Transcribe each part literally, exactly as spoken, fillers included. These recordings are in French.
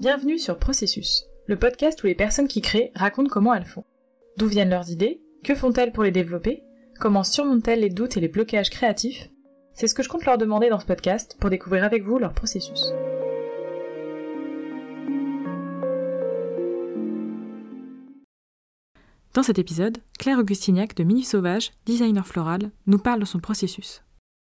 Bienvenue sur Processus, le podcast où les personnes qui créent racontent comment elles font. D'où viennent leurs idées? Que font-elles pour les développer? Comment surmontent-elles les doutes et les blocages créatifs? C'est ce que je compte leur demander dans ce podcast pour découvrir avec vous leur processus. Dans cet épisode, Claire Augustignac de Mini Sauvage, designer floral, nous parle de son processus.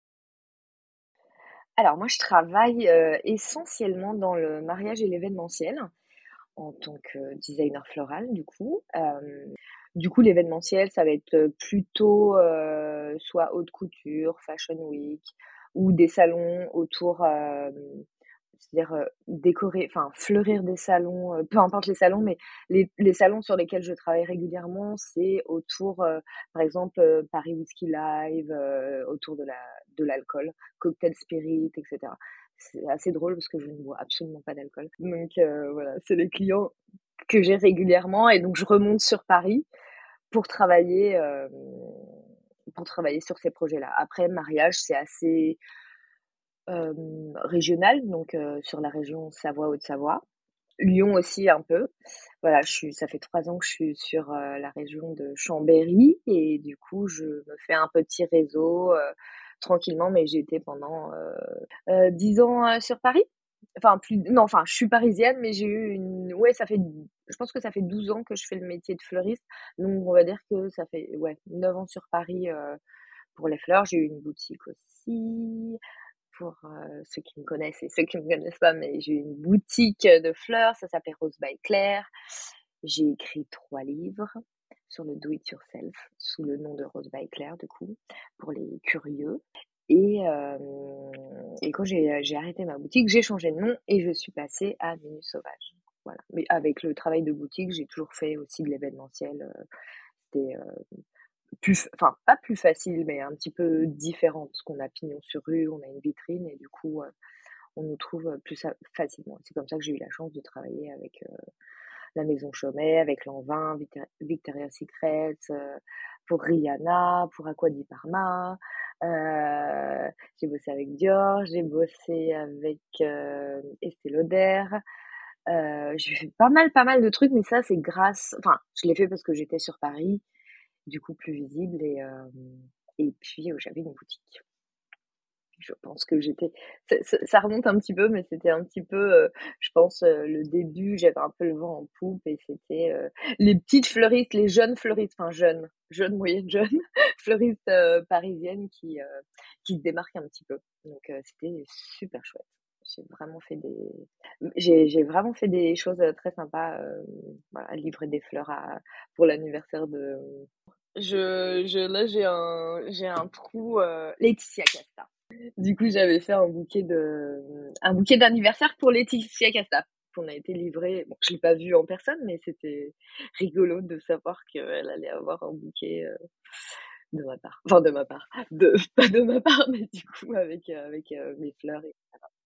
Alors moi je travaille euh, essentiellement dans le mariage et l'événementiel en tant que designer floral du coup. Euh, du coup l'événementiel ça va être plutôt euh, soit haute couture, fashion week ou des salons autour, euh, c'est-à-dire euh, décorer, enfin fleurir des salons, euh, peu importe les salons, mais les, les salons sur lesquels je travaille régulièrement, c'est autour, euh, par exemple, euh, Paris Whisky Live, euh, autour de la de l'alcool, cocktail spirit, et cetera. C'est assez drôle parce que je ne bois absolument pas d'alcool. Donc euh, voilà, c'est les clients que j'ai régulièrement et donc je remonte sur Paris pour travailler euh, pour travailler sur ces projets-là. Après, mariage, c'est assez euh, régional, donc euh, sur la région Savoie-Haute-Savoie. Lyon aussi un peu. Voilà, je suis, ça fait trois ans que je suis sur euh, la région de Chambéry et du coup, je me fais un petit réseau euh, tranquillement, mais j'ai été pendant euh, euh, dix ans euh, sur Paris. Enfin, plus, non, enfin, je suis parisienne, mais j'ai eu une, ouais, ça fait, je pense que ça fait douze ans que je fais le métier de fleuriste. Donc, on va dire que ça fait, ouais, neuf ans sur Paris euh, pour les fleurs. J'ai eu une boutique aussi pour euh, ceux qui me connaissent et ceux qui me connaissent pas, mais j'ai une boutique de fleurs, ça s'appelle Rose by Claire. J'ai écrit trois livres sur le do it yourself sous le nom de Rose by Claire, du coup, pour les curieux. Et, euh, et quand j'ai, j'ai arrêté ma boutique, j'ai changé de nom et je suis passée à Mini Sauvage. Voilà. Mais avec le travail de boutique, j'ai toujours fait aussi de l'événementiel. Euh, c'était euh, plus, enfin pas plus facile, mais un petit peu différent parce qu'on a pignon sur rue, on a une vitrine et du coup euh, on nous trouve plus facilement. C'est comme ça que j'ai eu la chance de travailler avec euh, la Maison Chaumet, avec Lanvin, Victoria's Secret, euh, pour Rihanna, pour Acqua di Parma. Euh, j'ai bossé avec Dior, j'ai bossé avec euh, Estée Lauder. Euh, j'ai fait pas mal, pas mal de trucs, mais ça c'est grâce. Enfin, je l'ai fait parce que j'étais sur Paris, du coup plus visible et euh, et puis euh, j'avais une boutique. Je pense que j'étais ça, ça, ça remonte un petit peu, mais c'était un petit peu, euh, je pense, euh, le début, j'avais un peu le vent en poupe et c'était euh, les petites fleuristes, les jeunes fleuristes, enfin jeunes, jeunes, moyennes, jeunes, fleuristes euh, parisiennes qui, euh, qui se démarquent un petit peu. Donc euh, c'était super chouette. J'ai vraiment fait des, j'ai, j'ai vraiment fait des choses très sympas, euh, voilà, livrer des fleurs à, pour l'anniversaire de, je, je, là j'ai un, j'ai un trou, euh, Laetitia Casta. Du coup, j'avais fait un bouquet de, un bouquet d'anniversaire pour Laetitia Casta, qu'on a été livré. Bon, je l'ai pas vu en personne, mais c'était rigolo de savoir qu'elle allait avoir un bouquet euh, de ma part. Enfin, de ma part. De, pas de ma part, mais du coup, avec, euh, avec euh, mes fleurs. Et...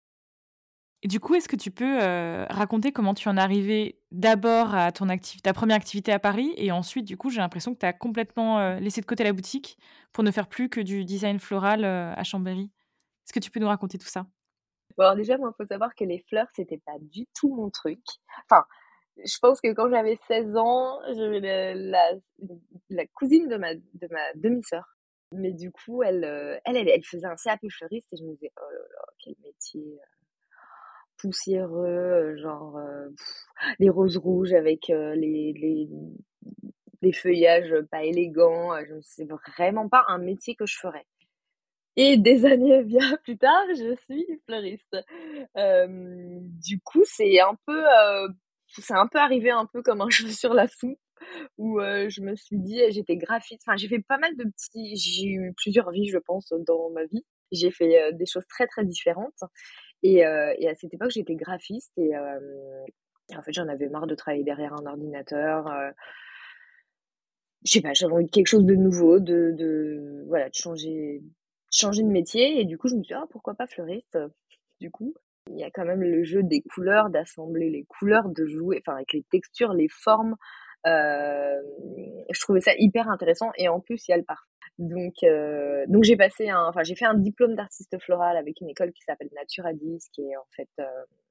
Et du coup, est-ce que tu peux euh, raconter comment tu en es arrivée d'abord à ton activ- ta première activité à Paris et ensuite, du coup, j'ai l'impression que tu as complètement euh, laissé de côté la boutique pour ne faire plus que du design floral euh, à Chambéry. Est-ce que tu peux nous raconter tout ça? Bon, alors déjà, moi, faut savoir que les fleurs, c'était pas du tout mon truc. Enfin, je pense que quand j'avais seize ans, j'avais la, la, la cousine de ma, de ma demi-sœur. Mais du coup, elle, euh, elle, elle, elle faisait un C A P fleuriste et je me disais, oh là là, quel métier euh, poussiéreux, euh, genre euh, pff, les roses rouges avec euh, les, les, les feuillages pas élégants. euh, Je me suis dit, c'est vraiment pas un métier que je ferais. Et des années bien plus tard, je suis fleuriste. Euh, du coup, c'est un peu, euh, c'est un peu arrivé un peu comme un cheveu sur la soupe où euh, je me suis dit, j'étais graphiste. Enfin, j'ai fait pas mal de petits, j'ai eu plusieurs vies, je pense, dans ma vie. J'ai fait euh, des choses très très différentes. Et, euh, et à cette époque, j'étais graphiste et euh, en fait, j'en avais marre de travailler derrière un ordinateur. Euh, je sais pas, j'avais envie de quelque chose de nouveau, de, de voilà, de changer, changer de métier. Et du coup, je me suis dit, ah, pourquoi pas fleuriste, du coup. Il y a quand même le jeu des couleurs, d'assembler les couleurs, de jouer, enfin, avec les textures, les formes. Euh, je trouvais ça hyper intéressant. Et en plus, il y a le parfum. Donc, euh, donc j'ai passé un, enfin, j'ai fait un diplôme d'artiste floral avec une école qui s'appelle Naturadis, qui est en fait, euh,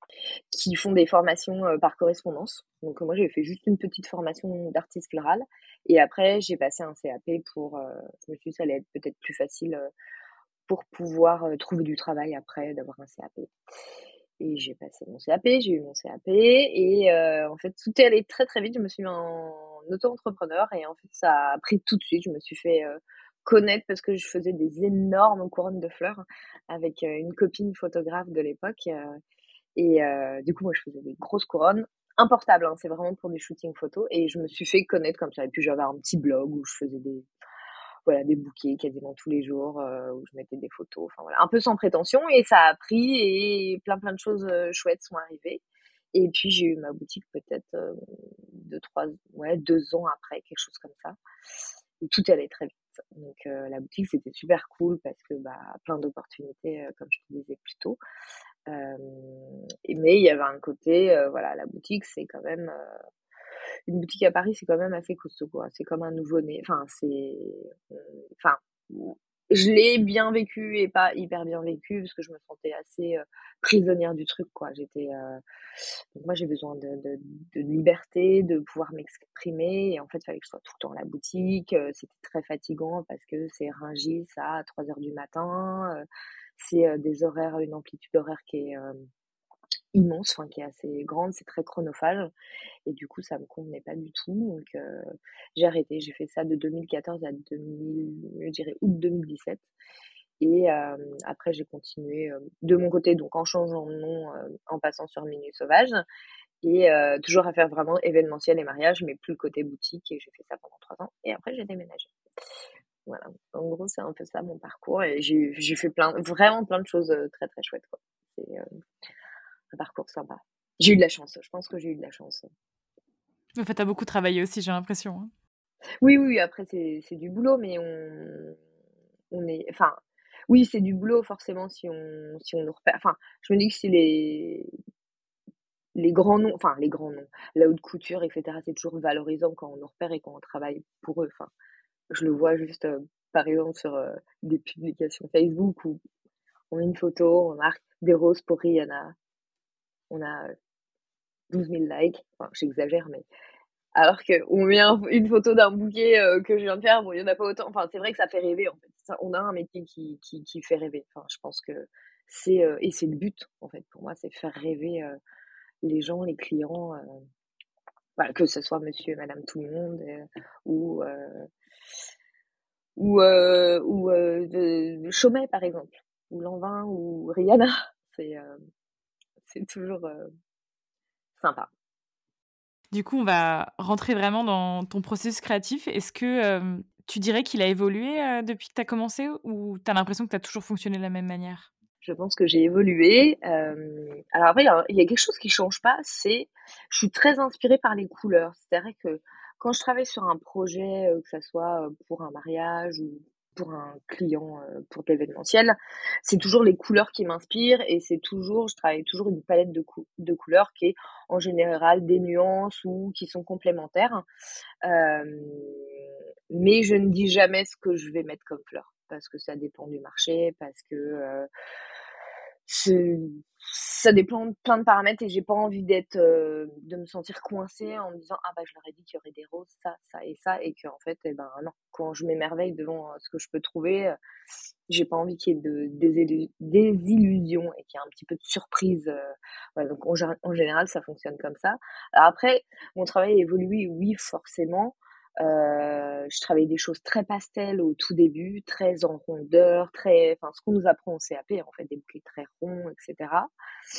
qui font des formations, heu, par correspondance. Donc, heu, moi, j'ai fait juste une petite formation d'artiste floral et après j'ai passé un C A P pour, heu, je me suis dit: «Ça allait être peut-être plus facile, heu, pour pouvoir, heu, trouver du travail après d'avoir un C A P» et j'ai passé mon C A P, j'ai eu mon C A P et heu, en fait, tout est allé très, très vite. Je me suis mis en auto-entrepreneur et en fait, ça a pris tout de suite. Je me suis fait, heu, connaître parce que je faisais des énormes couronnes de fleurs avec, heu, une copine photographe de l'époque, heu et heu, du coup, moi, je faisais des grosses couronnes, importables, hein, c'est vraiment pour du shooting photo et je me suis fait connaître comme ça et puis j'avais un petit blog où je faisais des voilà, des bouquets quasiment tous les jours, heu, où je mettais des photos, enfin voilà, un peu sans prétention et ça a pris et plein, plein de choses, heu, chouettes sont arrivées et puis j'ai eu ma boutique peut-être, heu, deux trois ouais, deux ans après, quelque chose comme ça et tout allait très vite. Donc heu, la boutique, c'était super cool parce que, bah, plein d'opportunités, heu, comme je te disais plus tôt. Hem et mais il y avait un côté, heu, voilà, la boutique, c'est quand même, heu, une boutique à Paris, c'est quand même assez costaud, quoi. C'est comme un nouveau-né. Enfin, c'est, heu, enfin, je l'ai bien vécu et pas hyper bien vécu parce que je me sentais assez, heu, prisonnière du truc, quoi. J'étais, heu donc moi, j'ai besoin de de de liberté, de pouvoir m'exprimer et en fait, il fallait que je sois tout le temps à la boutique, heu, c'était très fatigant parce que c'est Rungis à trois heures du matin, heu, c'est, heu, des horaires, une amplitude horaire qui est, hem, immense, enfin qui est assez grande, c'est très chronophage et du coup, ça me convenait pas du tout donc heu, j'ai arrêté. J'ai fait ça de deux mille quatorze à deux mille, je dirais août deux mille dix-sept et hem, après j'ai continué, heu, de mon côté donc en changeant de nom, heu, en passant sur Minute Sauvage et heu, toujours à faire vraiment événementiel et mariage, mais plus le côté boutique et j'ai fait ça pendant trois ans et après j'ai déménagé. Voilà, en gros, c'est un peu ça mon parcours et j'ai eu j'ai fait plein vraiment plein de choses, heu, très, très chouettes, quoi. C'est, heu, un parcours sympa. J'ai eu de la chance, je pense que j'ai eu de la chance. En fait, tu as beaucoup travaillé aussi, j'ai l'impression, hein? Oui, oui, après c'est c'est du boulot, mais on on est enfin, oui, c'est du boulot forcément si on si on nous repère enfin, je me dis que si les les grands noms, enfin les grands noms, la haute couture et cetera, c'est toujours valorisant quand on nous repère et quand on travaille pour eux. Enfin, je le vois juste, heu, par exemple sur, heu, des publications Facebook où on met une photo, on marque: «Des roses pour Rihanna». On a, heu, douze mille likes, enfin j'exagère, mais alors qu'on met un une photo d'un bouquet, heu, que je viens de faire, bon il y en a pas autant, enfin c'est vrai que ça fait rêver en fait. Ça on a un métier qui qui qui fait rêver. Enfin je pense que c'est, heu et c'est le but en fait pour moi, c'est faire rêver, heu, les gens, les clients, heu, voilà, que ce soit monsieur et madame tout le monde, heu, ou heu ou heu ou heu, de Chaumet par exemple, ou Lanvin ou Rihanna. C'est, heu, c'est toujours, heu, sympa. Du coup, on va rentrer vraiment dans ton processus créatif. Est-ce que, hem, tu dirais qu'il a évolué, heu, depuis que tu as commencé ou tu as l'impression que tu as toujours fonctionné de la même manière? Je pense que j'ai évolué, hem, alors après il y a il y a quelque chose qui change pas, c'est je suis très inspirée par les couleurs. C'est-à-dire que quand je travaille sur un projet, heu, que ça soit, heu, pour un mariage ou pour un client, heu, pour de l'événementiel, c'est toujours les couleurs qui m'inspirent et c'est toujours je travaille toujours une palette de cou de couleurs qui est en général des nuances ou qui sont complémentaires. Hem, mais je ne dis jamais ce que je vais mettre comme fleur, parce que ça dépend du marché, parce que, heu, c'est ça dépend de plein de paramètres et j'ai pas envie d'être, heu, de me sentir coincée en me disant: «Ah bah, je leur ai dit qu'il y aurait des roses, ça, ça et ça» et qu'en fait, et ben, non. Quand je m'émerveille devant, heu, ce que je peux trouver, heu, j'ai pas envie qu'il y ait de désélu désillusion et qu'il y ait un petit peu de surprise, heu, voilà donc en gé en général, ça fonctionne comme ça. Alors après, mon travail a évolué, oui, forcément. Heu, je travaillais des choses très pastel au tout début, très en rondeur, très enfin, ce qu'on nous apprend au C A P, en fait, des bouquets très ronds et cetera.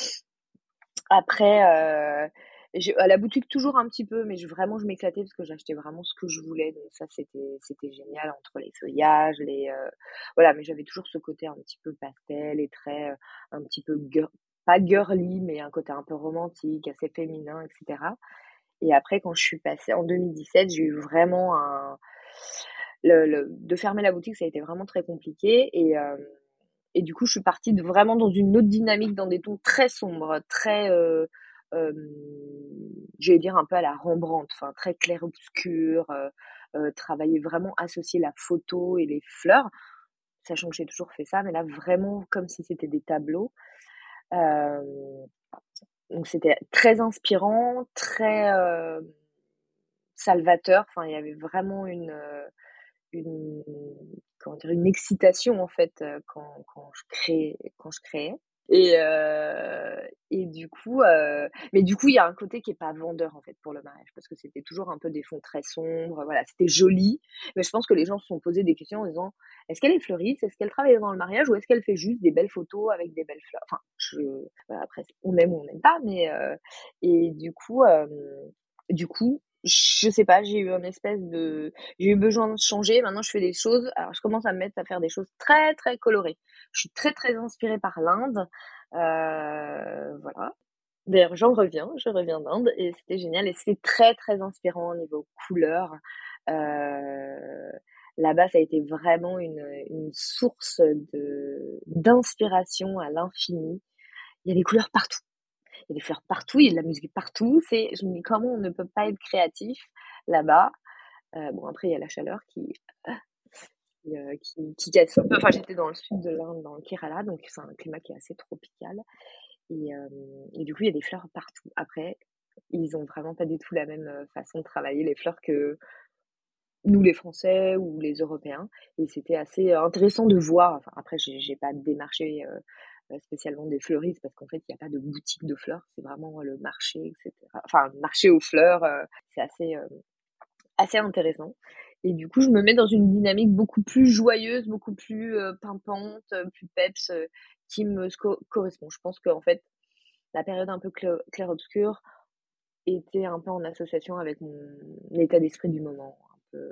Après, heu, j'ai à la boutique toujours un petit peu, mais je vraiment je m'éclatais parce que j'achetais vraiment ce que je voulais, donc ça c'était c'était génial entre les feuillages, les, heu, voilà, mais j'avais toujours ce côté un petit peu pastel et très, heu, un petit peu gir pas girly, mais un côté un peu romantique, assez féminin et cetera et après quand je suis passée en deux mille dix-sept, j'ai eu vraiment un le le de fermer la boutique, ça a été vraiment très compliqué et hem et du coup, je suis partie de vraiment dans une autre dynamique, dans des tons très sombres, très, heu, hem, j'allais dire un peu à la Rembrandt, enfin très clair-obscur, heu heu, travailler vraiment associer la photo et les fleurs, sachant que j'ai toujours fait ça, mais là vraiment comme si c'était des tableaux. Hem donc c'était très inspirant, très, heu, salvateur. Enfin, il y avait vraiment une, heu, une comment dire? Une excitation en fait, heu, quand quand je créais quand je créais et heu et du coup, heu mais du coup, il y a un côté qui est pas vendeur en fait pour le mariage parce que c'était toujours un peu des fonds très sombres, voilà, c'était joli, mais je pense que les gens se sont posés des questions en disant: «Est-ce qu'elle est fleuriste? Est-ce qu'elle travaille dans le mariage ou est-ce qu'elle fait juste des belles photos avec des belles fleurs?» Enfin, je voilà, après on aime ou on n'aime pas, mais heu et du coup, hem, du coup, je sais pas, j'ai eu un espèce de j'ai eu besoin de changer. Maintenant, je fais des choses. Alors, je commence à me mettre à faire des choses très, très colorées. Je suis très, très inspirée par l'Inde. Euh, voilà. D'ailleurs, j'en reviens, je reviens d'Inde et c'était génial. Et c'était très, très inspirant au niveau couleur. Euh, Là-bas, ça a été vraiment une, une source de d'inspiration à l'infini. Il y a des couleurs partout. Il y a des fleurs partout, il y a de la musique partout. C'est, je me dis, comment on ne peut pas être créatif là-bas? Euh, bon, après, il y a la chaleur qui, qui, euh, qui, qui casse un peu. Enfin, j'étais dans le sud de l'Inde, dans le Kerala, donc c'est un climat qui est assez tropical. Et, euh, et du coup, il y a des fleurs partout. Après, ils ont vraiment pas du tout la même euh, façon de travailler les fleurs que nous, les Français ou les Européens. Et c'était assez euh, intéressant de voir. Enfin, après, j'ai, j'ai pas démarché euh, euh, spécialement des fleuristes parce qu'en fait, il n'y a pas de boutique de fleurs. C'est vraiment euh, le marché, et cetera. Enfin, le marché aux fleurs, euh, c'est assez, euh, assez intéressant. Et du coup, je me mets dans une dynamique beaucoup plus joyeuse, beaucoup plus euh, pimpante, euh, plus peps, euh, qui me sco- correspond. Je pense qu'en fait, la période un peu cla- clair-obscur était un peu en association avec mon état d'esprit du moment, un peu,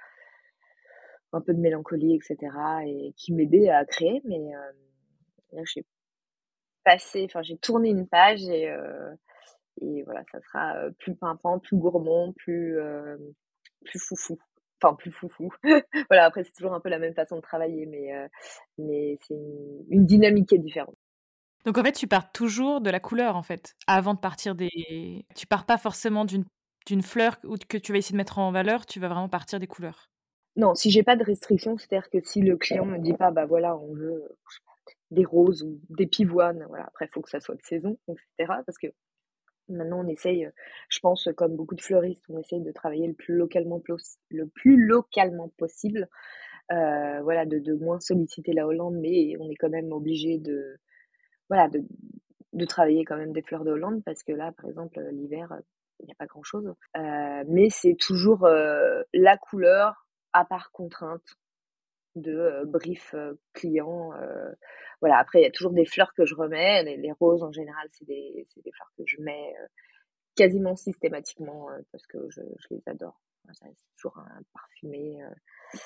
un peu de mélancolie, et cetera. Et qui m'aidait à créer. Mais euh, là, j'ai passé, enfin, j'ai tourné une page et, euh, et voilà, ça sera euh, plus pimpant, plus gourmand, plus, euh, plus foufou. Enfin, plus foufou. Voilà, après, c'est toujours un peu la même façon de travailler, mais, euh, mais c'est une, une dynamique qui est différente. Donc en fait, tu pars toujours de la couleur, en fait, avant de partir des tu pars pas forcément d'une d'une fleur ou que tu vas essayer de mettre en valeur, tu vas vraiment partir des couleurs? Non, si j'ai pas de restriction, c'est-à-dire que si le client me dit pas, bah voilà, on veut euh, des roses ou des pivoines, voilà, après, il faut que ça soit de saison, et cetera. Parce que maintenant, on essaye, euh, je pense, comme beaucoup de fleuristes, on essaye de travailler le plus localement, pos- le plus localement possible. Euh, voilà, de, de moins solliciter la Hollande, mais on est quand même obligé de, voilà, de, de travailler quand même des fleurs de Hollande parce que là, par exemple, l'hiver, euh, il n'y a pas grand-chose. Euh, mais c'est toujours euh, la couleur à part contrainte de euh, brief euh, client. Euh, voilà, après, il y a toujours des fleurs que je remets. Les, les roses, en général, c'est des, c'est des fleurs que je mets euh, quasiment systématiquement euh, parce que je, je les adore. Enfin, ça, c'est toujours un parfumé. euh.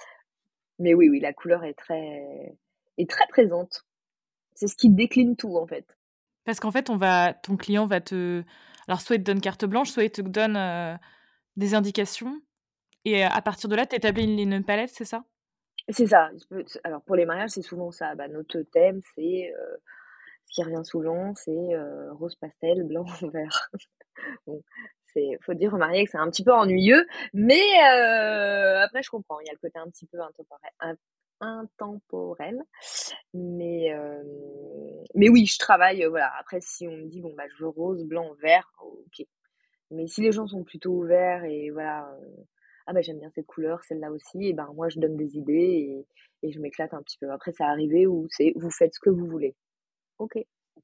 Mais oui, oui, la couleur est très, est très présente. C'est ce qui décline tout, en fait. Parce qu'en fait, on va ton client va te alors soit il te donne carte blanche, soit il te donne, heu, des indications et à partir de là, tu établis une une palette, c'est ça? C'est ça. Alors, pour les mariages, c'est souvent ça. Bah, notre thème, c'est, euh, ce qui revient souvent, c'est euh, rose pastel, blanc, vert. Bon, c'est, faut dire aux mariés que c'est un petit peu ennuyeux, mais euh, après, je comprends. Il y a le côté un petit peu intemporel. in- intemporel. Mais, euh, mais oui, je travaille. euh, Voilà. Après, si on me dit, bon, bah, je veux rose, blanc, vert, ok. Mais si les gens sont plutôt ouverts et voilà, euh, ah bah j'aime bien cette couleur, celle-là aussi, et ben moi je donne des idées et, et je m'éclate un petit peu. Après, ça arrivé où c'est vous faites ce que vous voulez. Ok.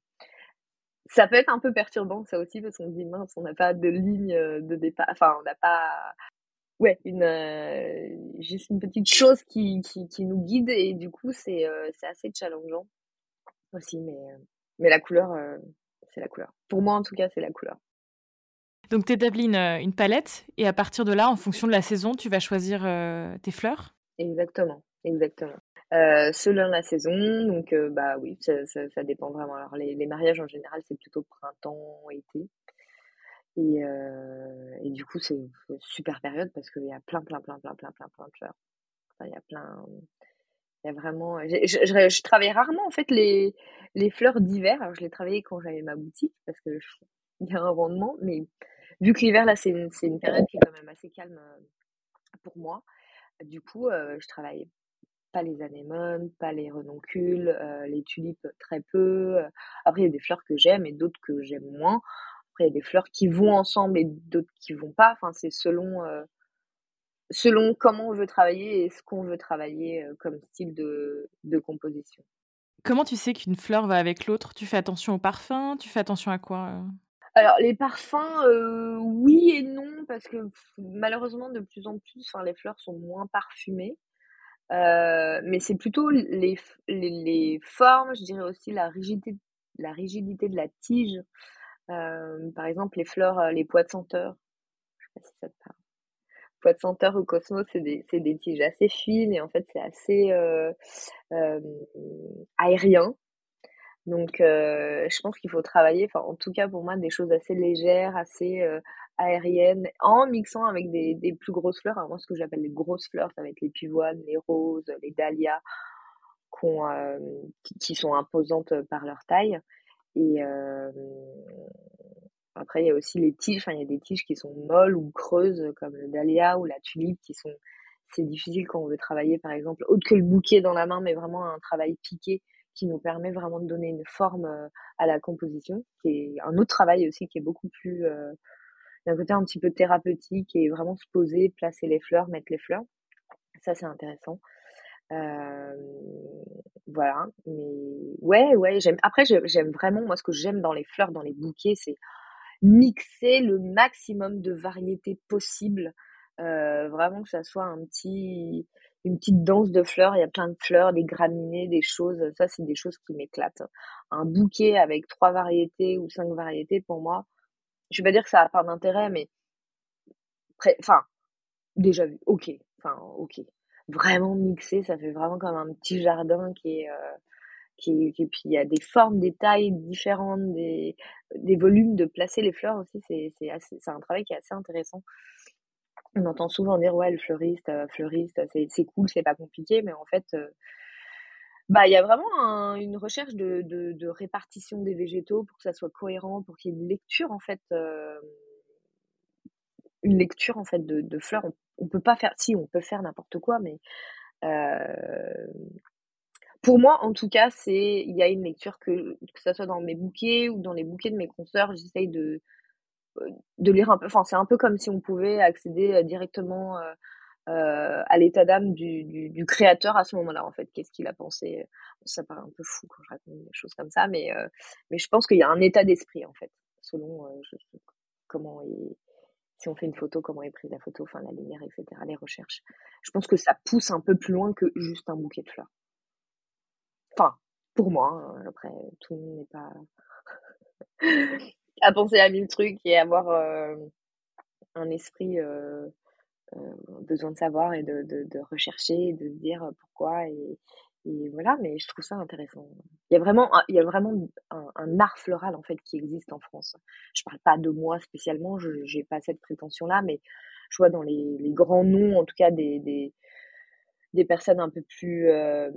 Ça peut être un peu perturbant ça aussi parce qu'on se dit mince, on n'a pas de ligne euh, de départ, enfin on n'a pas, ouais, une euh, juste une petite chose qui, qui, qui nous guide et du coup c'est euh, c'est assez challengeant aussi, mais euh, mais la couleur, euh, c'est la couleur. Pour moi en tout cas, c'est la couleur. Donc tu établis une, heu, une palette et à partir de là, en fonction de la saison, tu vas choisir, heu, tes fleurs? Exactement, exactement. Heu, selon la saison, donc heu, bah, oui, ça ça ça dépend vraiment. Alors les les mariages en général, c'est plutôt printemps, été et heu et du coup, c'est une super période parce qu'il y a plein, plein, plein, plein, plein, plein, plein de fleurs. Enfin, il y a plein il y a vraiment j'ai je je je travaille rarement en fait les les fleurs d'hiver. Alors je les travaillais quand j'avais ma boutique parce que je il y a un rendement, mais vu que l'hiver là, c'est une c'est une période qui est quand même assez calme, heu, pour moi, du coup, heu, je travaille pas les anémones, pas les renoncules, heu, les tulipes très peu, heu, après il y a des fleurs que j'aime et d'autres que j'aime moins. Après il y a des fleurs qui vont ensemble et d'autres qui vont pas, enfin c'est selon, heu, selon comment on veut travailler et ce qu'on veut travailler, heu, comme style de de composition. Comment tu sais qu'une fleur va avec l'autre? Tu fais attention au parfum? Tu fais attention à quoi, heu? Alors les parfums, heu, oui et non parce que pff, malheureusement de plus en plus, enfin les fleurs sont moins parfumées, heu, mais c'est plutôt les f les les formes, je dirais aussi la rigidité la rigidité de la tige. Hem, par exemple les fleurs, heu, les pois de senteur, je sais pas si ça te parle? Pois de senteur ou cosmos, c'est des c'est des tiges assez fines et en fait c'est assez, heu, hem, aérien. Donc heu, je pense qu'il faut travailler, enfin, en tout cas pour moi, des choses assez légères, assez, heu, aériennes, en mixant avec des des plus grosses fleurs. Alors moi, ce que j'appelle les grosses fleurs, ça va être les pivoines, les roses, les dahlias, qu'on, hem, qui qui sont imposantes, par leur taille et hem, après il y a aussi les tiges, enfin, il y a des tiges qui sont molles ou creuses, comme le dahlia ou la tulipe qui sont c'est difficile quand on veut travailler, par exemple, autre que le bouquet dans la main, mais vraiment un travail piqué qui nous permet vraiment de donner une forme, heu, à la composition, qui est un autre travail aussi qui est beaucoup plus, heu, d'un côté un petit peu thérapeutique et vraiment se poser, placer les fleurs, mettre les fleurs. Ça, c'est intéressant. Hem, voilà, mais ouais, ouais, j'aime après je j'aime vraiment moi ce que j'aime dans les fleurs, dans les bouquets, c'est mixer le maximum de variétés possibles, heu, vraiment que ça soit un petit une petite danse de fleurs. Il y a plein de fleurs, des graminées, des choses, ça c'est des choses qui m'éclatent. Un bouquet avec trois variétés ou cinq variétés pour moi, je vais pas dire que ça a pas d'intérêt, mais près enfin, déjà vu, OK, enfin OK. Vraiment mixer, ça fait vraiment comme un petit jardin qui est, heu, qui est et puis il y a des formes, des tailles différentes, des des volumes de placer les fleurs aussi, c'est c'est assez c'est un travail qui est assez intéressant. On entend souvent dire: «Ouais, le fleuriste, heu, fleuriste, c'est c'est cool, c'est pas compliqué», mais en fait, heu, bah, il y a vraiment un une recherche de de de répartition des végétaux pour que ça soit cohérent, pour qu'il y ait une lecture en fait, hem, une lecture en fait de de fleurs. On on peut pas faire si, on peut faire n'importe quoi, mais heu, pour moi en tout cas, c'est il y a une lecture que que ça soit dans mes bouquets ou dans les bouquets de mes consoeurs, j'essaye de, heu, de lire un peu, enfin, c'est un peu comme si on pouvait accéder, heu, directement, heu heu, à l'état d'âme du du du créateur à ce moment-là, en fait. Qu'est-ce qu'il a pensé? Ça paraît un peu fou quand je raconte des choses comme ça, mais heu, mais je pense qu'il y a un état d'esprit, en fait, selon, heu, je je comment est si on fait une photo, comment est prise la photo, enfin la lumière et cetera, les recherches. Je pense que ça pousse un peu plus loin que juste un bouquet de fleurs. Enfin, pour moi, hein, après tout le monde n'est pas à penser à mille trucs et avoir, heu, un esprit, heu heu, besoin de savoir et de de de rechercher et de se dire, heu, pourquoi et et voilà, mais je trouve ça intéressant. Il y a vraiment un il y a vraiment un un art floral, en fait, qui existe en France. Je parle pas de moi spécialement, je j'ai pas cette prétention-là, mais je vois dans les les grands noms, en tout cas des des des personnes un peu plus, hem,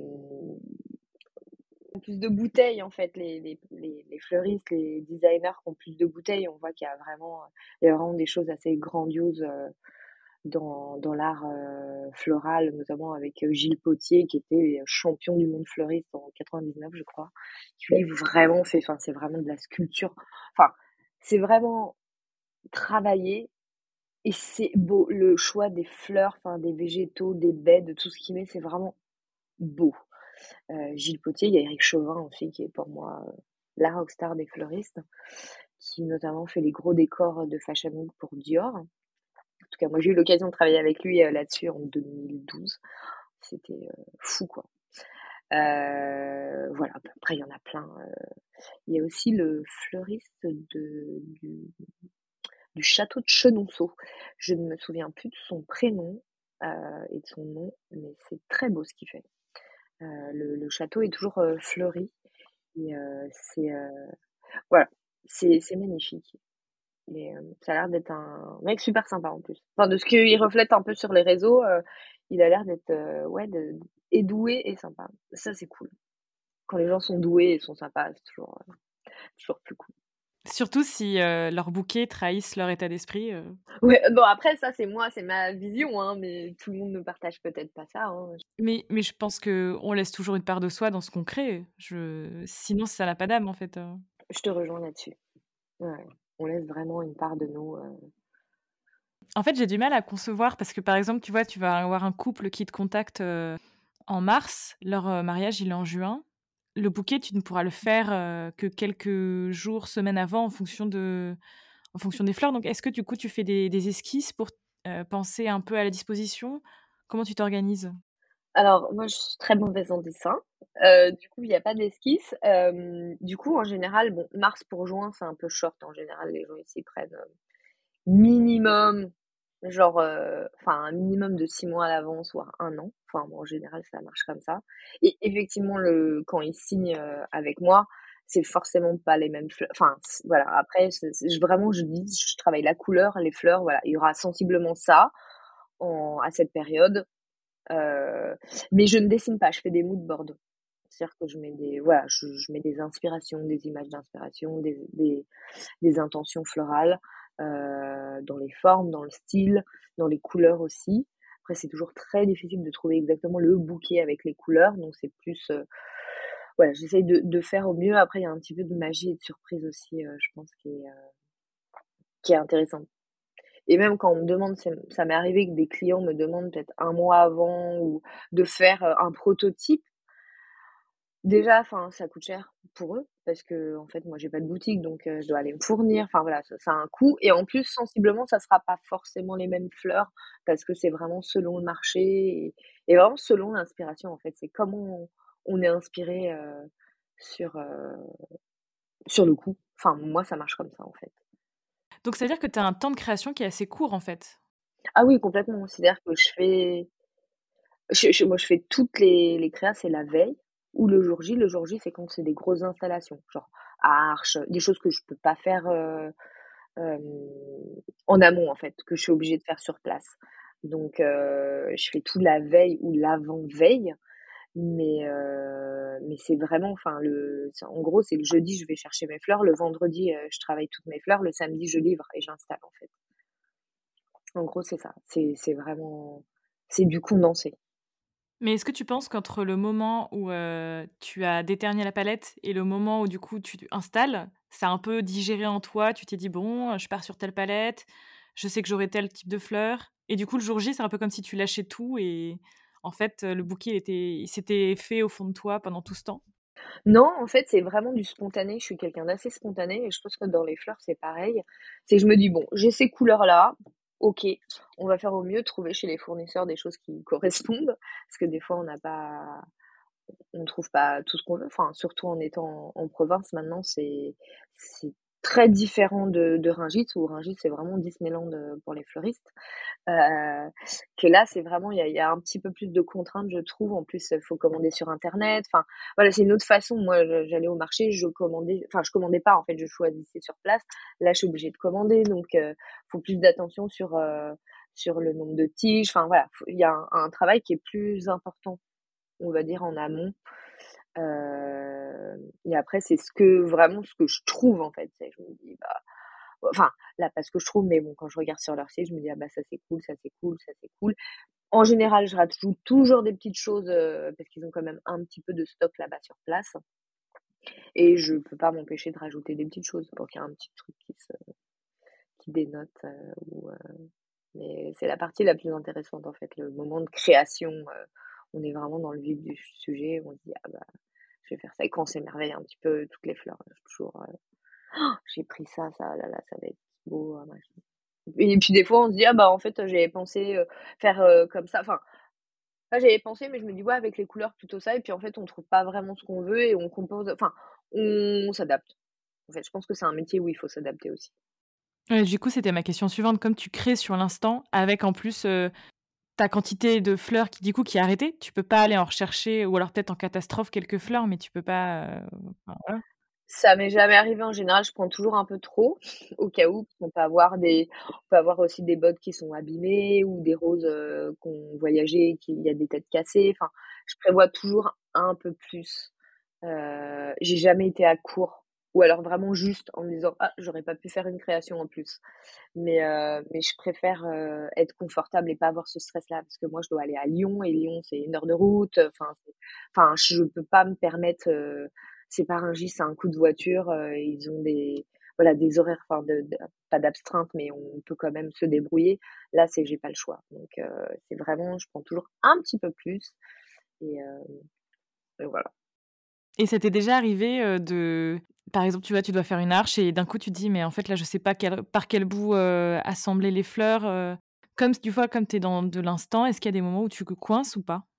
plus de bouteilles, en fait, les les les les fleuristes, les designers qui ont plus de bouteilles. On voit qu'il y a vraiment, il y a vraiment des choses assez grandioses, heu dans dans l'art, heu, floral, notamment avec, heu, Gilles Potier qui était champion du monde fleuriste en quatre-vingt-dix-neuf, je crois. Qui lui vraiment fait enfin, c'est vraiment de la sculpture. Enfin, c'est vraiment travaillé et c'est beau. Le choix des fleurs, enfin des végétaux, des baies, de tout ce qu'il met, c'est vraiment beau. Heu, Gilles Potier, il y a Éric Chauvin aussi qui est pour moi, heu, la rockstar des fleuristes, qui notamment fait les gros décors de Fashion Week pour Dior. En tout cas, moi, j'ai eu l'occasion de travailler avec lui, heu, là-dessus en deux mille douze. C'était, heu, fou, quoi. Heu, voilà, après il y en a plein, heu, il y a aussi le fleuriste de du du château de Chenonceau. Je ne me souviens plus de son prénom, heu, et de son nom, mais c'est très beau ce qu'il fait. Heu, le le château est toujours, heu, fleuri et heu, c'est, heu, voilà, c'est c'est magnifique et heu, ça a l'air d'être un mec super sympa en plus. Enfin, de ce qu'il reflète un peu sur les réseaux, heu, il a l'air d'être, heu, ouais, de et doué et sympa. Ça, c'est cool. Quand les gens sont doués et sont sympas, c'est toujours, heu, toujours plus cool. Surtout si, heu, leurs bouquets trahissent leur état d'esprit, heu. Ouais, bon après ça c'est moi, c'est ma vision, hein, mais tout le monde ne partage peut-être pas ça, hein. Mais mais je pense qu'on laisse toujours une part de soi dans ce qu'on crée. Je sinon ça n'a pas d'âme, en fait, heu. Je te rejoins là-dessus. Ouais, ouais. On laisse vraiment une part de nous, heu En fait, j'ai du mal à concevoir parce que, par exemple, tu vois, tu vas avoir un couple qui te contacte, heu, en mars, leur, heu, mariage, il est en juin. Le bouquet, tu ne pourras le faire, heu, que quelques jours, semaines avant en fonction de en fonction des fleurs. Donc est-ce que, du coup, tu fais des des esquisses pour, heu, penser un peu à la disposition? Comment tu t'organises? Alors moi je suis très mauvaise en dessin, heu, du coup il y a pas d'esquisse, hem, du coup en général, bon mars pour juin c'est un peu short en général les gens ils s'y prennent, heu, minimum genre, heu, enfin un minimum de six mois à l'avance, voire un an. Enfin moi en général ça marche comme ça et effectivement le quand ils signent, heu, avec moi, c'est forcément pas les mêmes fleurs enfin c voilà après c'est c'est j vraiment je dis je travaille la couleur, les fleurs, voilà. Il y aura sensiblement ça en à cette période, heu, mais je ne dessine pas, je fais des mood boards. C'est-à-dire que je mets des voilà, je je mets des inspirations, des images d'inspiration, des des des intentions florales, heu, dans les formes, dans le style, dans les couleurs aussi. Après c'est toujours très difficile de trouver exactement le bouquet avec les couleurs, donc c'est plus, heu, voilà, j'essaye de de faire au mieux. Après il y a un petit peu de magie et de surprise aussi, heu, je pense qui est, heu, qui est intéressante et même quand on me demande, c'est ça m'est arrivé que des clients me demandent peut-être un mois avant ou de faire, heu, un prototype. Déjà, enfin, ça coûte cher pour eux parce qu'en fait, moi, j'ai pas de boutique, donc heu, je dois aller me fournir. Enfin voilà, ça ça a un coût et en plus, sensiblement, ça sera pas forcément les mêmes fleurs parce que c'est vraiment selon le marché et et vraiment selon l'inspiration, en fait. C'est comment on on est inspiré, heu, sur, heu, sur le coup. Enfin, moi, ça marche comme ça, en fait. Donc ça veut dire que tu as un temps de création qui est assez court, en fait? Ah oui, complètement. C'est-à-dire que je fais je je moi, je fais toutes les les créas, c'est la veille ou le jour J. Le jour J, c'est quand c'est des grosses installations, genre arches, des choses que je peux pas faire, heu, hem, en amont, en fait, que je suis obligée de faire sur place. Donc heu, je fais tout la veille ou l'avant-veille, mais heu, mais c'est vraiment enfin le c'est en gros, c'est le jeudi, je vais chercher mes fleurs, le vendredi, heu, je travaille toutes mes fleurs, le samedi, je livre et j'installe, en fait. En gros, c'est ça. C'est c'est vraiment c'est du condensé. Mais est-ce que tu penses qu'entre le moment où, heu, tu as déterminé la palette et le moment où du coup tu installes, ça a un peu digéré en toi? Tu t'es dit: «Bon, heu, je pars sur telle palette, je sais que j'aurai tel type de fleurs» et du coup le jour J, c'est un peu comme si tu lâchais tout et en fait, heu, le bouquet était il s'était fait au fond de toi pendant tout ce temps? Non, en fait, c'est vraiment du spontané. Je suis quelqu'un d'assez spontané et je pense que dans les fleurs, c'est pareil. C'est je me dis: «Bon, j'ai ces couleurs-là, OK, on va faire au mieux de trouver chez les fournisseurs des choses qui correspondent». Parce que des fois, on n'a pas on trouve pas tout ce qu'on veut. Enfin, surtout en étant en province maintenant, c'est c'est très différent de de Rungis, où Rungis, c'est vraiment Disneyland, heu, pour les fleuristes. Heu, que là, c'est vraiment il y a il y a un petit peu plus de contraintes, je trouve. En plus, il faut commander sur internet. Enfin, voilà, c'est une autre façon. Moi, je j'allais au marché, je commandais enfin, je commandais pas, en fait, je choisissais sur place. Là, je suis obligée de commander, donc heu, faut plus d'attention sur, heu, sur le nombre de tiges. Enfin, voilà, faut il y a un un travail qui est plus important, on va dire, en amont. Heu et après, c'est ce que vraiment ce que je trouve, en fait. C'est je me dis: «Bah» enfin, là, pas ce que je trouve, mais bon, quand je regarde sur leur site, je me dis: «Ah bah, ça, c'est cool, ça, c'est cool, ça, c'est cool». En général, je rajoute toujours des petites choses, heu, parce qu'ils ont quand même un petit peu de stock là-bas sur place et je peux pas m'empêcher de rajouter des petites choses pour qu'il y ait un petit truc qui se qui dénote, heu, ou, heu mais c'est la partie la plus intéressante, en fait, le moment de création, heu, on est vraiment dans le vif du sujet, on se dit: «Ah bah, je vais faire ça» et quand on s'émerveille un petit peu, toutes les fleurs, heu, toujours, heu: «J'ai pris ça, ça, oh là là, ça va être beau, ah machin». Et puis des fois, on se dit: «Ah bah, en fait, j'avais pensé, heu, faire, heu, comme ça». Enfin, là, j'avais pensé, mais je me dis: «Ouais, avec les couleurs, plutôt ça» et puis en fait, on trouve pas vraiment ce qu'on veut et on compose enfin, on s'adapte. En fait, je pense que c'est un métier où il faut s'adapter aussi. Ouais, du coup, c'était ma question suivante. Comme tu crées sur l'instant avec en plus, heu, ta quantité de fleurs qui du coup qui est arrêtée, tu peux pas aller en rechercher ou alors peut-être en catastrophe quelques fleurs, mais tu peux pas, heu, enfin voilà. Ça m'est jamais arrivé en général, je prends toujours un peu trop au cas où, parce qu'on peut avoir des on peut avoir aussi des bottes qui sont abîmées ou des roses, heu, qui ont voyagé, qu'il y a des têtes cassées. Enfin, je prévois toujours un peu plus. Heu, j'ai jamais été à court. ou alors vraiment juste en me disant: «Ah, j'aurais pas pu faire une création en plus». Mais heu, mais je préfère, heu, être confortable et pas avoir ce stress-là parce que moi, je dois aller à Lyon et Lyon, c'est une heure de route, enfin, c'est enfin, je peux pas me permettre, heu, c'est pas Rungis, c'est un coup de voiture, heu, ils ont des voilà, des horaires, enfin de de pas d'astreinte, mais on peut quand même se débrouiller. Là, c'est j'ai pas le choix. Donc heu, c'est vraiment je prends toujours un petit peu plus et heu et voilà. Et ça t'est déjà arrivé, heu, de par exemple, tu vois, tu dois faire une arche et d'un coup tu te dis: «Mais en fait là, je sais pas quel par quel bout, heu, assembler les fleurs», heu, comme s des fois, comme tu es dans de l'instant, est-ce qu'il y a des moments où tu co coinces ou pas?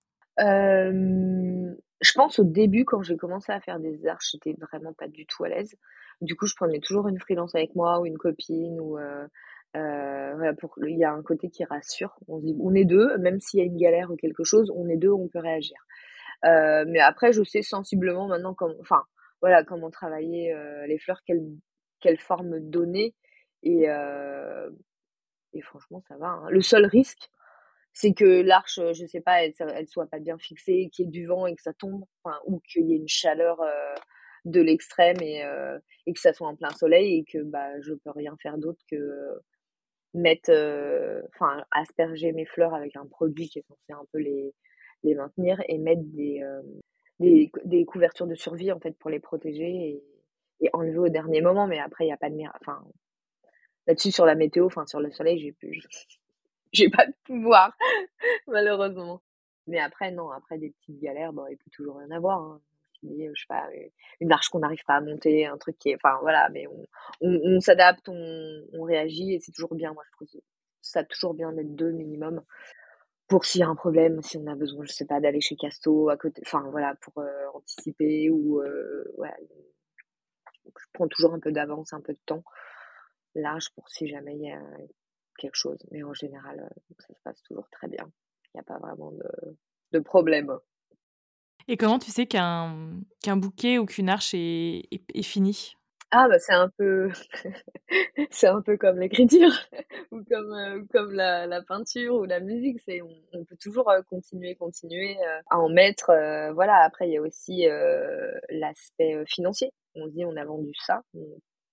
Hem, je pense au début quand j'ai commencé à faire des arches, j'étais vraiment pas du tout à l'aise. Du coup, je prenais toujours une freelance avec moi ou une copine ou heu heu, voilà pour il y a un côté qui rassure. On se dit: «On est deux, même s'il y a une galère ou quelque chose, on est deux, on peut réagir». Heu, mais après je sais sensiblement maintenant comme enfin, voilà, comment travailler, heu, les fleurs, quelle quelle forme donner et heu et franchement ça va, hein. Le seul risque, c'est que l'arche, heu, je sais pas, elle ça elle soit pas bien fixée, qu'il y ait du vent et que ça tombe, enfin ou qu'il y ait une chaleur, heu, de l'extrême et heu et que ça soit en plein soleil et que, bah, je peux rien faire d'autre que, heu, mettre, heu, enfin asperger mes fleurs avec un produit qui est censé un peu les les maintenir et mettre des, hem, des c des couvertures de survie, en fait, pour les protéger et et enlever au dernier moment. Mais après il y a pas de mira enfin, là-dessus sur la météo, enfin sur le soleil, j'ai plus j'ai pas de pouvoir malheureusement. Mais après non, après des petites galères, bon, il peut toujours y en avoir, hein. Je me dis, heu, je sais pas, heu, une arche qu'on n'arrive pas à monter, un truc qui est enfin voilà, mais on on on s'adapte, on on réagit et c'est toujours bien, moi je trouve ça toujours bien d'être deux minimum pour s'il y a un problème, si on a besoin, je sais pas, d'aller chez Casto à côté enfin voilà, pour, heu, anticiper ou heu, voilà, donc je prends toujours un peu d'avance, un peu de temps, large pour si jamais il y a quelque chose. Mais en général, heu, ça se passe toujours très bien. Il y a pas vraiment de de problème. Et comment tu sais qu'un, mmh, qu'un bouquet ou qu'une arche est est p est finie? Ah bah, c'est un peu c'est un peu comme l'écriture ou comme, heu, comme la la peinture ou la musique, c'est on on peut toujours, heu, continuer, continuer, heu, à en mettre, heu, voilà. Après il y a aussi, heu, l'aspect, heu, financier. On se dit: «On a vendu ça, on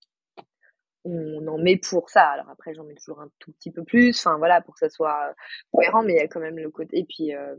on en met pour ça». Alors après j'en mets toujours un tout petit peu plus, enfin voilà, pour que ça soit, heu, cohérent, mais il y a quand même le côté et puis, hem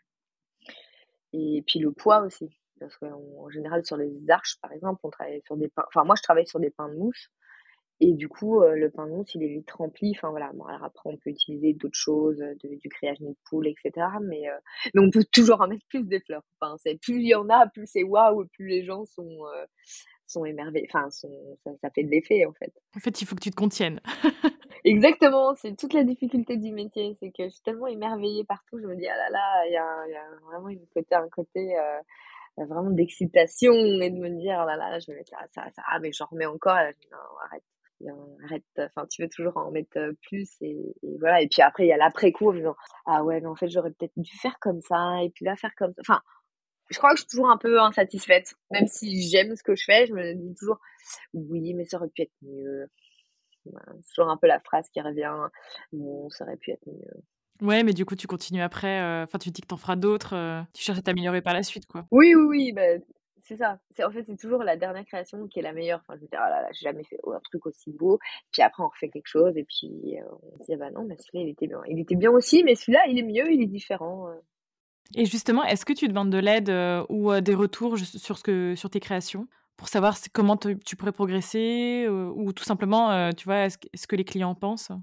et puis le poids aussi, parce qu'en en général sur les arches, par exemple, on travaille sur des pains enfin moi je travaille sur des pains de mousse et du coup, heu, le pain de mousse, il est vite rempli. Enfin voilà, bon alors après on peut utiliser d'autres choses, heu, de du grillage nid de poule et cetera, mais heu, mais on peut toujours en mettre plus des fleurs. Enfin, c'est plus il y en a, plus c'est waouh, plus les gens sont, heu, sont émerveillés, enfin sont ça ça fait de l'effet, en fait. En fait, il faut que tu te contiennes. Exactement, c'est toute la difficulté du métier, c'est que je suis tellement émerveillée partout, je me dis: «Ah là là», il y a il y a vraiment une côté un côté, heu, vraiment d'excitation et de me dire: «Oh là là, je vais mettre ça, ça, ça, ah mais j'en remets encore», et là je dis: «Non, arrête, non, arrête», enfin tu veux toujours en mettre, heu, plus et et voilà et puis après il y a l'après coup en me disant: «Ah ouais, mais en fait j'aurais peut-être dû faire comme ça et puis là faire comme ça», enfin, je crois que je suis toujours un peu insatisfaite, même si j'aime ce que je fais, je me dis toujours: «Oui, mais ça aurait pu être mieux». Voilà, c'est toujours un peu la phrase qui revient: «Bon, ça aurait pu être mieux». Ouais, mais du coup, tu continues après, heu, enfin, tu te dis que tu en feras d'autres, heu, tu cherches à t'améliorer par la suite, quoi. Oui, oui, oui, bah, c'est ça. C'est en fait, c'est toujours la dernière création qui est la meilleure. Enfin, je veux dire: «Oh là là, j'ai jamais fait un truc aussi beau». Puis après, on refait quelque chose et puis, heu, on se dit: «Ah bah non, mais celui-là, il était bien il était bien aussi, mais celui-là, il est mieux, il est différent», heu. Et justement, est-ce que tu demandes de l'aide, heu, ou heu, des retours juste sur ce que sur tes créations? Pour savoir s comment te tu pourrais progresser, heu, ou tout simplement, heu, tu vois, ce q ce que les clients pensent?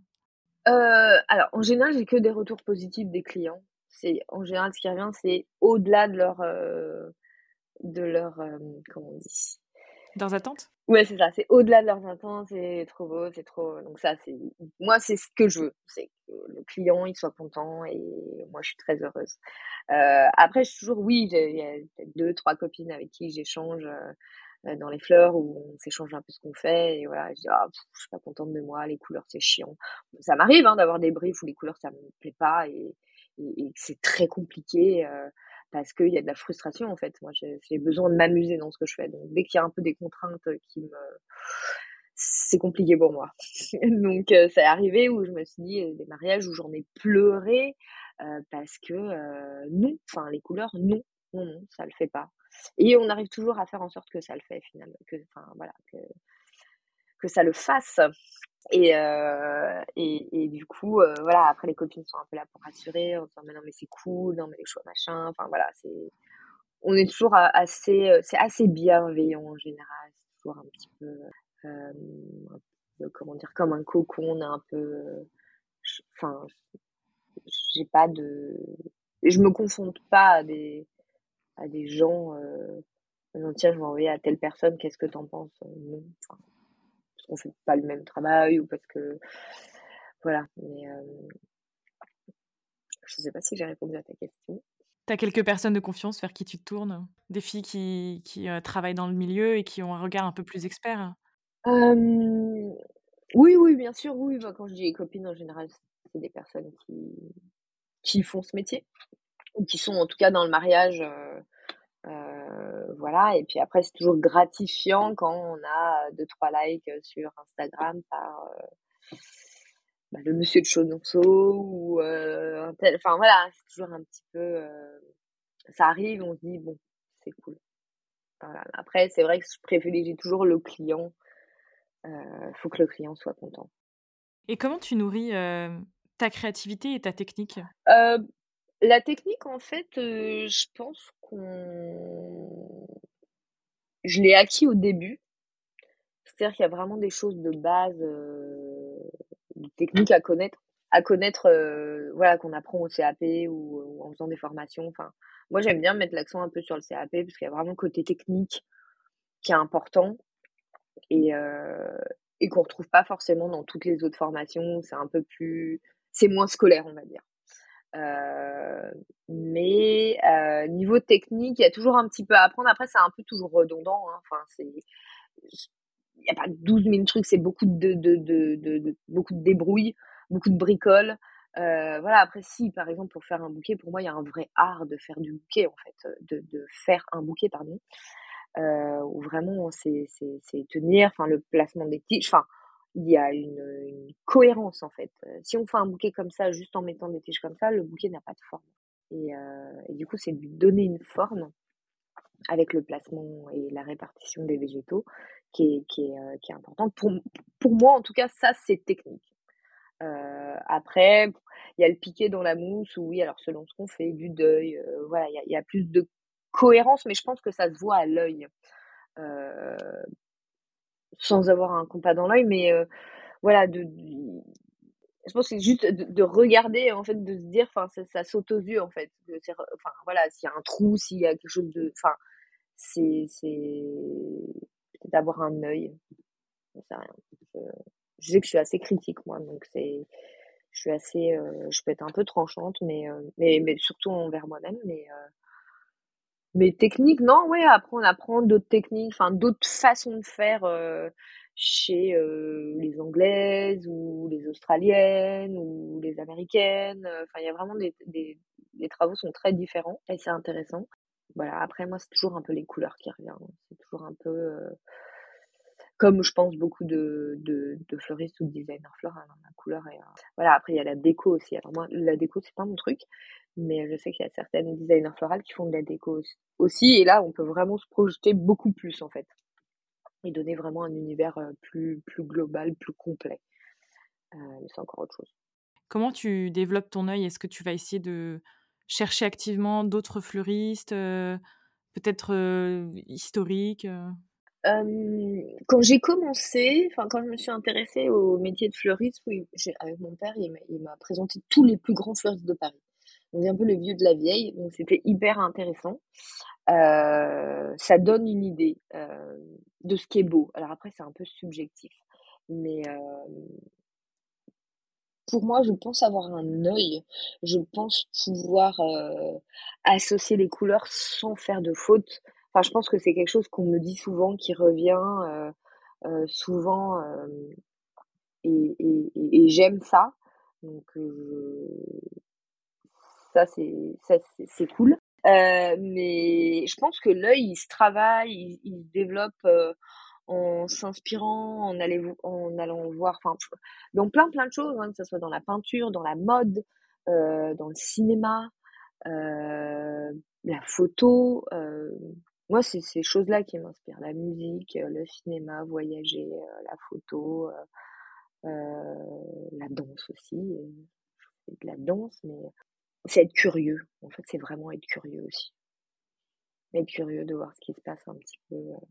Heu, alors en général, j'ai que des retours positifs des clients. C'est en général, ce qui revient, c'est au-delà de leur, heu, de leur, hem, comment on dit? Leurs attentes? Ouais, c'est ça, c'est au-delà de leurs attentes, c'est trop beau, c'est trop donc ça, c'est moi, c'est ce que je veux, c'est que le client, il soit content et moi, je suis très heureuse. Heu, après, je suis toujours oui, j'ai il y a peut-être deux trois copines avec qui j'échange, heu heu, dans les fleurs où on s'échange un peu ce qu'on fait et voilà, je dis: «Ah pff, je suis pas contente de moi, les couleurs, c'est chiant». Ça m'arrive, hein, d'avoir des briefs où les couleurs, ça me plaît pas et et et que c'est très compliqué, heu, parce qu'il y a de la frustration, en fait. Moi, j'ai j'ai besoin de m'amuser dans ce que je fais, donc dès qu'il y a un peu des contraintes, qui me c'est compliqué pour moi. Donc heu, c'est arrivé où je me suis dit, heu, des mariages où j'en ai pleuré, heu, parce que, heu, non, enfin les couleurs, non, non, non, ça le fait pas. et on arrive toujours à faire en sorte que ça le fait finalement, que enfin voilà, que que ça le fasse. Et, heu, et et du coup, heu, voilà, après les copines sont un peu là pour rassurer en disant: «Mais non, mais c'est cool, non mais les choix machin», enfin voilà, c'est on est toujours a assez, heu, c'est assez bienveillant en général. C'est toujours un petit peu, hem, un peu, comment dire? Comme un cocon, on est un peu, heu, j enfin, j'ai pas de je me confronte pas à des à des gens, heu, en disant: «Tiens, je vais envoyer à telle personne, qu'est-ce que tu en penses?» Heu, non, enfin, parce qu'on fait pas le même travail ou parce que voilà, mais hem, je sais pas si j'ai répondu à ta question. Tu as quelques personnes de confiance vers qui tu te tournes? Des filles qui qui, heu, travaillent dans le milieu et qui ont un regard un peu plus expert? Hem, oui, oui, bien sûr, oui, bah, quand je dis les copines, en général, c'est des personnes qui qui font ce métier ou qui sont en tout cas dans le mariage, heu heu, voilà, et puis après c'est toujours gratifiant quand on a deux trois likes, sur Instagram par, heu, bah, le monsieur de Chenonceau ou, heu, un tel, enfin voilà, c'est toujours un petit peu, heu, ça arrive, on se dit: «Bon, c'est cool». Voilà, après c'est vrai que je privilégie toujours le client, heu, faut que le client soit content. Et comment tu nourris, hem, ta créativité et ta technique? Heu, la technique en fait, heu, je pense qu'on je l'ai acquis au début. C'est-à-dire qu'il y a vraiment des choses de base, heu, de techniques à connaître à connaître, heu, voilà, qu'on apprend au C A P ou ou en faisant des formations. Enfin, moi j'aime bien mettre l'accent un peu sur le C A P parce qu'il y a vraiment le côté technique qui est important et heu et qu'on retrouve pas forcément dans toutes les autres formations où c'est un peu plus c'est moins scolaire, on va dire. Heu, mais heu, niveau technique, il y a toujours un petit peu à apprendre. Après, c'est un peu toujours redondant, hein. Enfin, c'est il y a pas douze mille trucs, c'est beaucoup de de de de de beaucoup de débrouille, beaucoup de bricoles. Heu, voilà, après si, par exemple, pour faire un bouquet, pour moi, il y a un vrai art de faire du bouquet, en fait, de de faire un bouquet, pardon, heu, où vraiment c'est c'est c'est tenir, enfin, le placement des tiges, enfin, il y a une, une cohérence, en fait. Heu, si on fait un bouquet comme ça, juste en mettant des tiges comme ça, le bouquet n'a pas de forme et heu et du coup, c'est lui donner une forme avec le placement et la répartition des végétaux qui est qui est, heu, qui est importante. Pour m pour moi, en tout cas, ça, c'est technique. Heu, après, il y a le piqué dans la mousse ou oui, alors selon ce qu'on fait, du deuil, heu, voilà, il y a il y a plus de cohérence, mais je pense que ça se voit à l'œil, heu, sans avoir un compas dans l'œil, mais heu, voilà, de je pense que c'est juste de de regarder, en fait, de se dire, enfin, ça ça saute aux yeux, en fait, de c'est re enfin, voilà, s'il y a un trou, s'il y a quelque chose de enfin, c'est c'est peut-être avoir un œil, j'en sais rien. Je je sais que je suis assez critique moi, donc c'est je suis assez, heu, je peux être un peu tranchante, mais heu, mais mais surtout envers moi-même, mais heu, mais technique, non, ouais, après on apprend d'autres techniques, enfin d'autres façons de faire, heu, chez, heu, les Anglaises ou les Australiennes ou les Américaines, heu, enfin il y a vraiment des des les travaux sont très différents et c'est intéressant. Voilà, après moi, c'est toujours un peu les couleurs qui reviennent, hein. C'est toujours un peu, heu, comme je pense beaucoup de de de fleuristes ou de designers floraux, hein, la couleur est, heu voilà, après il y a la déco aussi. Alors moi, la déco, c'est pas mon truc, mais je sais qu'il y a certaines designers florales qui font de la déco auss aussi et là, on peut vraiment se projeter beaucoup plus, en fait et donner vraiment un univers, heu, plus plus global, plus complet. Heu, mais c'est encore autre chose. Comment tu développes ton œil? Est-ce que tu vas essayer de chercher activement d'autres fleuristes, heu, peut-être, heu, historiques, heu? Hem, quand j'ai commencé, enfin, quand je me suis intéressée au métier de fleuriste, oui, j'ai avec mon père, il m'a il m'a présenté tous les plus grands fleuristes de Paris. On est un peu le vieux de la vieille, donc c'était hyper intéressant. Heu, ça donne une idée, heu, de ce qui est beau. Alors après, c'est un peu subjectif, mais hem, pour moi, je pense avoir un œil. Je pense pouvoir, heu, associer les couleurs sans faire de faute. Enfin, je pense que c'est quelque chose qu'on me dit souvent, qui revient, heu heu, souvent, hem et et et et j'aime ça. Donc heu, ça c'est ça c'est c'est cool. Heu, mais je pense que l'œil, il se travaille, il il se développe, heu, en s'inspirant, en aller vo en allant voir, enfin, pff, dans plein, plein de choses, hein, que ça soit dans la peinture, dans la mode, heu, dans le cinéma, heu, la photo, heu Moi, c'est ces choses-là qui m'inspirent, la musique, heu, le cinéma, voyager, heu, la photo, heu heu, la danse aussi, heu, je fais de la danse, mais c'est être curieux. En fait, c'est vraiment être curieux aussi. Être curieux de voir ce qui se passe un petit peu, heu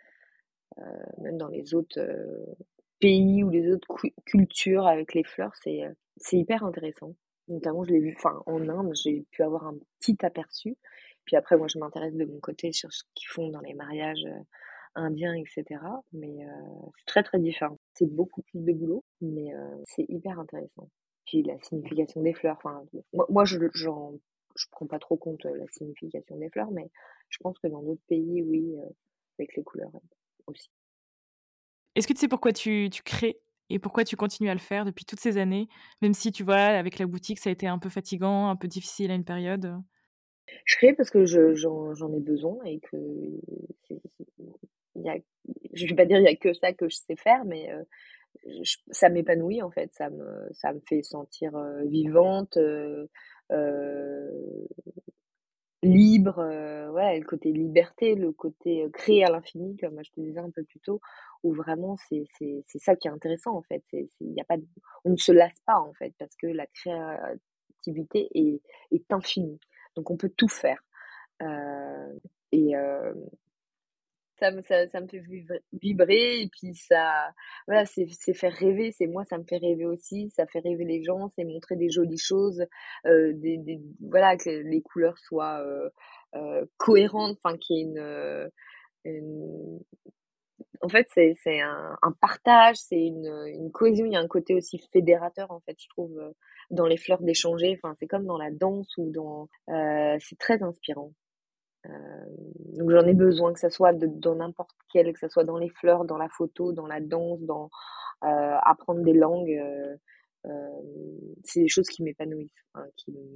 heu, même dans les autres, heu, pays ou les autres cui cultures avec les fleurs, c'est, heu, c'est hyper intéressant. Notamment, je l'ai vu enfin, en Inde, j'ai pu avoir un petit aperçu. Puis après, moi, je m'intéresse de mon côté sur ce qu'ils font dans les mariages, heu, indiens et cetera. Mais, heu, c'est très, très différent. C'est beaucoup plus de boulot, mais, heu, c'est hyper intéressant. Puis la signification des fleurs, enfin, moi moi, je le j'en je prends pas trop compte, heu, la signification des fleurs, mais je pense que dans d'autres pays, oui, heu, avec les couleurs, heu, aussi. Est-ce que tu sais pourquoi tu tu crées et pourquoi tu continues à le faire depuis toutes ces années? Même si, tu vois, avec la boutique, ça a été un peu fatigant, un peu difficile à une période, heu? Je crée parce que je j'en j'en ai besoin et que c'est c'est il y a je vais pas dire il y a que ça que je sais faire, mais, heu, je ça m'épanouit en fait, ça me ça me fait sentir, heu, vivante, heu heu, libre, heu, ouais, le côté liberté, le côté, heu, créer à l'infini comme je te disais un peu plus tôt, où vraiment c'est c'est c'est ça qui est intéressant en fait, c'est c'est il y a pas de on ne se lasse pas en fait parce que la créativité est est infinie, donc on peut tout faire. Heu et heu, ça me ça ça me fait vivre vibrer et puis ça voilà, c'est c'est faire rêver, c'est moi ça me fait rêver aussi, ça fait rêver les gens, c'est montrer des jolies choses, heu, des des voilà, que les couleurs soient, heu heu, cohérentes, enfin qu'il y ait une, heu, une en fait, c'est c'est un un partage, c'est une, une cohésion. Il y a un côté aussi fédérateur, en fait, je trouve, heu, dans les fleurs d'échanger. Enfin, c'est comme dans la danse ou dans, heu, c'est très inspirant. Heu, donc j'en ai besoin, que ça soit de dans n'importe quel, que ça soit dans les fleurs, dans la photo, dans la danse, dans, heu, apprendre des langues, heu, hem, c'est des choses qui m'épanouissent, enfin qui me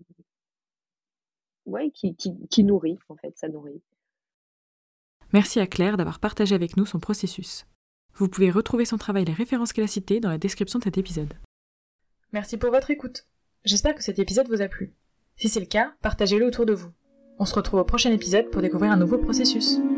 ouais, qui qui qui nourrit, en fait, ça nourrit. Merci à Claire d'avoir partagé avec nous son processus. Vous pouvez retrouver son travail et les références qu'elle a citées dans la description de cet épisode. Merci pour votre écoute. J'espère que cet épisode vous a plu. Si c'est le cas, partagez-le autour de vous. On se retrouve au prochain épisode pour découvrir un nouveau processus.